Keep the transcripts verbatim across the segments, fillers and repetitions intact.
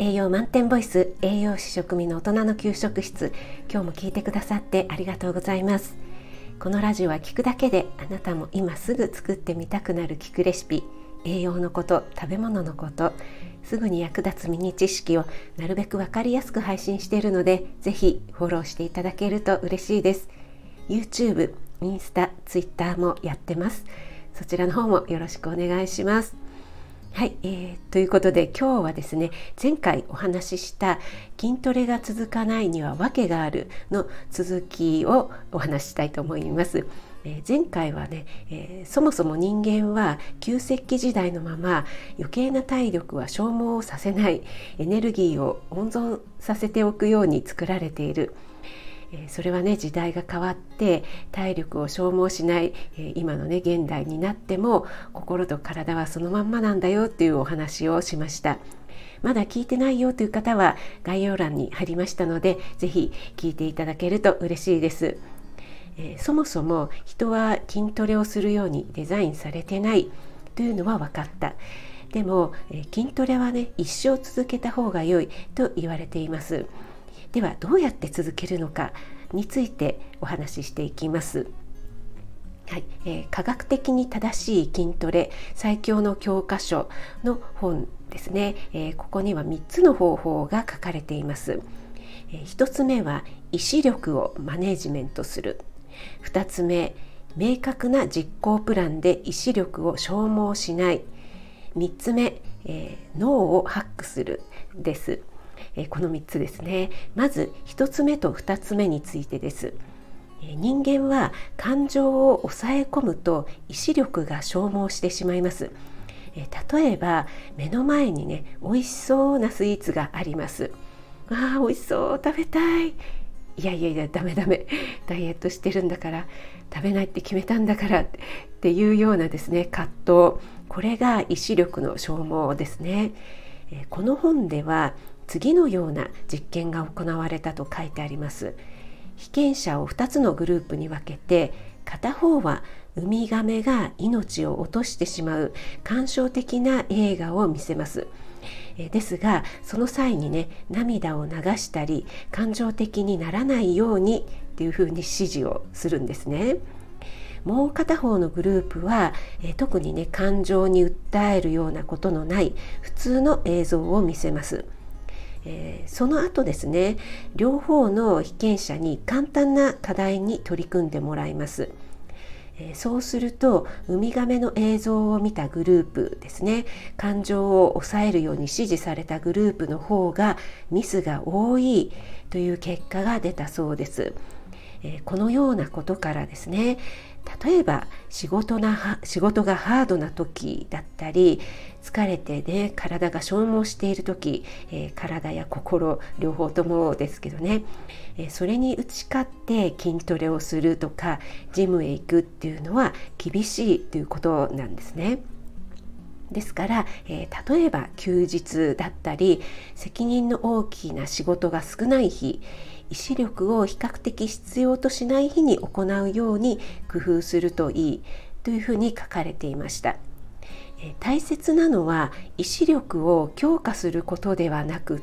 栄養満点ボイス、栄養士食味の大人の給食室。今日も聞いてくださってありがとうございます。このラジオは聞くだけであなたも今すぐ作ってみたくなる聞くレシピ、栄養のこと、食べ物のこと、すぐに役立つミニ知識をなるべくわかりやすく配信しているので、ぜひフォローしていただけると嬉しいです。 YouTube、インスタ、Twitter もやってます。そちらの方もよろしくお願いします。はい、えー、ということで今日はですね、前回お話しした筋トレが続かないには訳があるの続きをお話ししたいと思います。えー、前回はね、えー、そもそも人間は旧石器時代のまま余計な体力は消耗させない、エネルギーを温存させておくように作られている。それはね、時代が変わって体力を消耗しない今のね現代になっても心と体はそのまんまなんだよっていうお話をしました。まだ聞いてないよという方は概要欄に貼りましたので、ぜひ聞いていただけると嬉しいです。えー、そもそも人は筋トレをするようにデザインされてないというのは分かった。でも、えー、筋トレはね一生続けた方が良いと言われています。ではどうやって続けるのかについてお話ししていきます。はい、えー、科学的に正しい筋トレ最強の教科書の本ですね。えー、ここにはみっつの方法が書かれています。えー、ひとつめは意志力をマネジメントする。ふたつめ、明確な実行プランで意志力を消耗しない。みっつめ、えー、脳をハックするです。このみっつですね。まずひとつめとふたつめについてです。人間は感情を抑え込むと意志力が消耗してしまいます。例えば目の前にね美味しそうなスイーツがあります。あー美味しそう、食べたい。いやいやいやダメダメ、ダイエットしてるんだから食べないって決めたんだからっていうようなですね葛藤、これが意志力の消耗ですね。この本では次のような実験が行われたと書いてあります。被験者をふたつのグループに分けて、片方はウミガメが命を落としてしまう感傷的な映画を見せます。ですがその際にね涙を流したり感情的にならないようにっていうふうに指示をするんですね。もう片方のグループは、え特にね感情に訴えるようなことのない普通の映像を見せます。えー、その後ですね、両方の被験者に簡単な課題に取り組んでもらいます。えー、そうするとウミガメの映像を見たグループですね、感情を抑えるように指示されたグループの方がミスが多いという結果が出たそうです。えー、このようなことからですね、例えば仕事な仕事がハードな時だったり、疲れてね体が消耗している時、えー、体や心両方ともですけどね、えー、それに打ち勝って筋トレをするとかジムへ行くっていうのは厳しいということなんですね。ですから、えー、例えば休日だったり責任の大きな仕事が少ない日、意志力を比較的必要としない日に行うように工夫するといいというふうに書かれていました。えー、大切なのは意志力を強化することではなくって、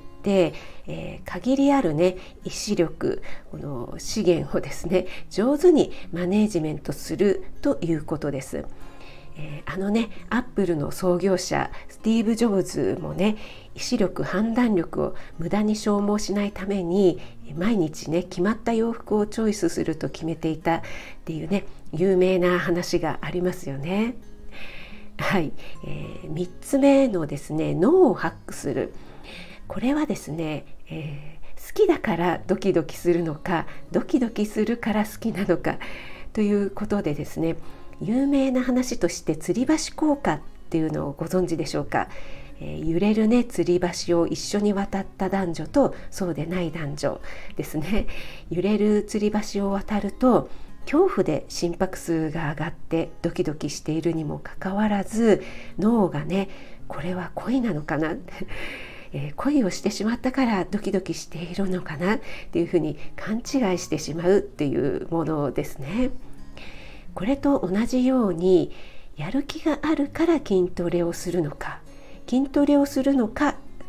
えー、限りあるね意志力、この資源をですね上手にマネージメントするということです。えー、あのねアップルの創業者スティーブ・ジョブズもね意志力判断力を無駄に消耗しないために毎日ね決まった洋服をチョイスすると決めていたっていうね有名な話がありますよね。はい、えー、みっつめのですね脳をハックする、これはですね、えー、好きだからドキドキするのかドキドキするから好きなのかということでですね、有名な話として吊り橋効果っていうのをご存知でしょうか。えー、揺れるね吊り橋を一緒に渡った男女とそうでない男女ですね。揺れる吊り橋を渡ると恐怖で心拍数が上がってドキドキしているにもかかわらず、脳がねこれは恋なのかなえー、恋をしてしまったからドキドキしているのかなっていうふうに勘違いしてしまうっていうものですね。これと同じようにやる気があるから筋トレをするのか、筋トレをするのか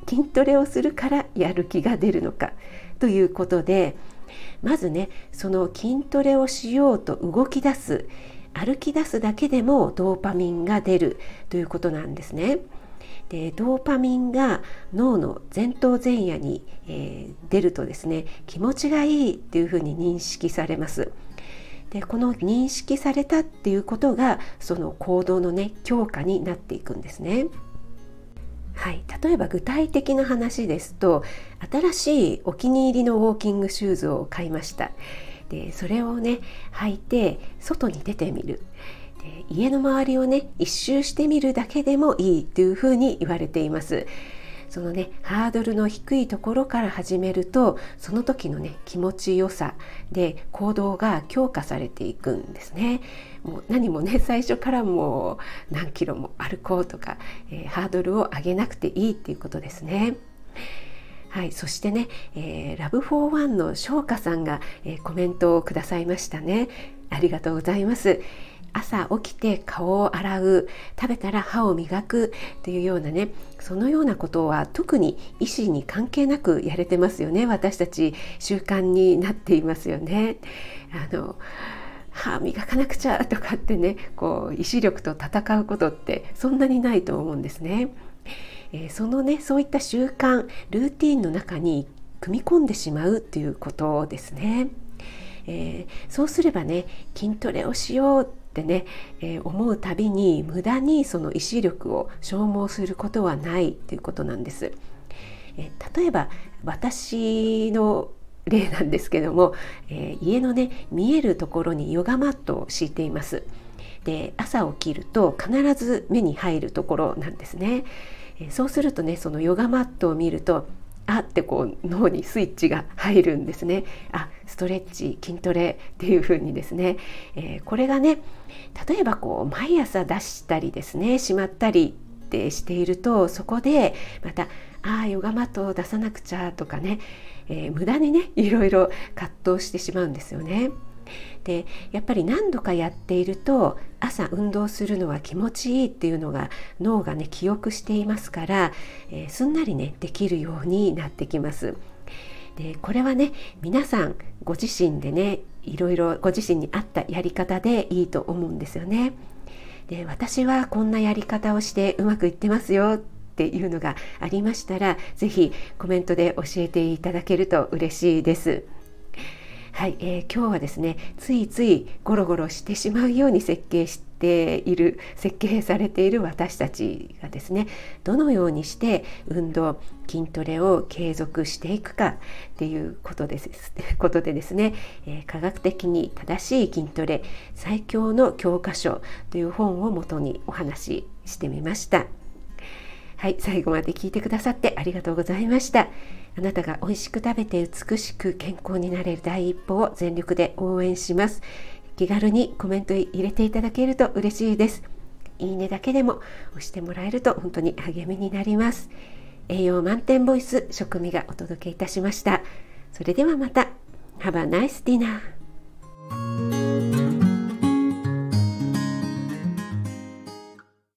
筋トレをするからやる気が出るのかということで、まずねその筋トレをしようと動き出す、歩き出すだけでもドーパミンが出るということなんですね。でドーパミンが脳の前頭前野に、えー、出るとですね、気持ちがいいっていうふうに認識されます。でこの認識されたっていうことがその行動のね強化になっていくんですね。はい、例えば具体的な話ですと、新しいお気に入りのウォーキングシューズを買いました。でそれをね履いて外に出てみる。で家の周りをね一周してみるだけでもいいというふうに言われています。そのねハードルの低いところから始めると、その時のね気持ちよさで行動が強化されていくんですね。もう何もね最初からもう何キロも歩こうとか、えー、ハードルを上げなくていいっていうことですね。はい、そしてね、えー、ラブフォーワンの翔歌さんが、えー、コメントをくださいましたね。ありがとうございます。朝起きて顔を洗う、食べたら歯を磨くというようなね、そのようなことは特に医師に関係なくやれてますよね。私たち習慣になっていますよね。あの歯磨かなくちゃとかってね、こう意志力と戦うことってそんなにないと思うんですね。えー、そのねそういった習慣ルーティンの中に組み込んでしまうということですね。えー、そうすればね筋トレをしようってね、えー、思うたびに無駄にその意志力を消耗することはないということなんです。えー、例えば私の例なんですけども、えー、家のね見えるところにヨガマットを敷いています。で朝起きると必ず目に入るところなんですね。えー、そうするとねそのヨガマットを見るとあってこう脳にスイッチが入るんですね。あ、ストレッチ、筋トレっていう風にですね、えー、これがね例えばこう毎朝出したりですねしまったりってしていると、そこでまたあヨガマットを出さなくちゃとかね、えー、無駄にねいろいろ葛藤してしまうんですよね。でやっぱり何度かやっていると朝運動するのは気持ちいいっていうのが脳がね記憶していますから、えー、すんなりねできるようになってきます。でこれはね皆さんご自身でねいろいろご自身に合ったやり方でいいと思うんですよね。で私はこんなやり方をしてうまくいってますよっていうのがありましたら、ぜひコメントで教えていただけると嬉しいです。はい、えー、今日はですねついついゴロゴロしてしまうように設計している設計されている私たちがですね、どのようにして運動筋トレを継続していくかっていうことですことでですね、えー、科学的に正しい筋トレ最強の教科書という本をもとにお話ししてみました。はい、最後まで聞いてくださってありがとうございました。あなたが美味しく食べて美しく健康になれる第一歩を全力で応援します。気軽にコメント入れていただけると嬉しいです。いいねだけでも押してもらえると本当に励みになります。栄養満点ボイス食味がお届けいたしました。それではまた。Have a nice dinner.